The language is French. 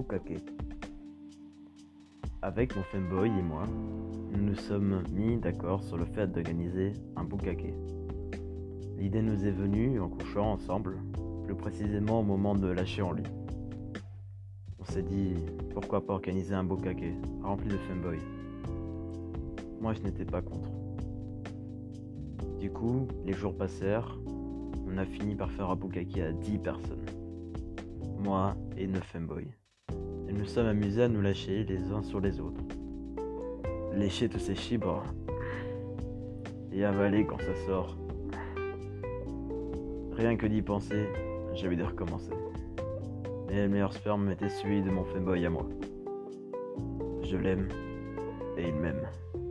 Bukkake. Avec mon femboy et moi, nous nous sommes mis d'accord sur le fait d'organiser un Bukkake. L'idée nous est venue en couchant ensemble, plus précisément au moment de lâcher en lit. On s'est dit, pourquoi pas organiser un Bukkake rempli de femboy. Moi je n'étais pas contre. Du coup, les jours passèrent, on a fini par faire un Bukkake à 10 personnes. Moi et 9 femboys. Et nous sommes amusés à nous lâcher les uns sur les autres. Lécher tous ces fibres et avaler quand ça sort. Rien que d'y penser, j'ai envie de recommencer. Mais le meilleur sperme était celui de mon femboy à moi. Je l'aime et il m'aime.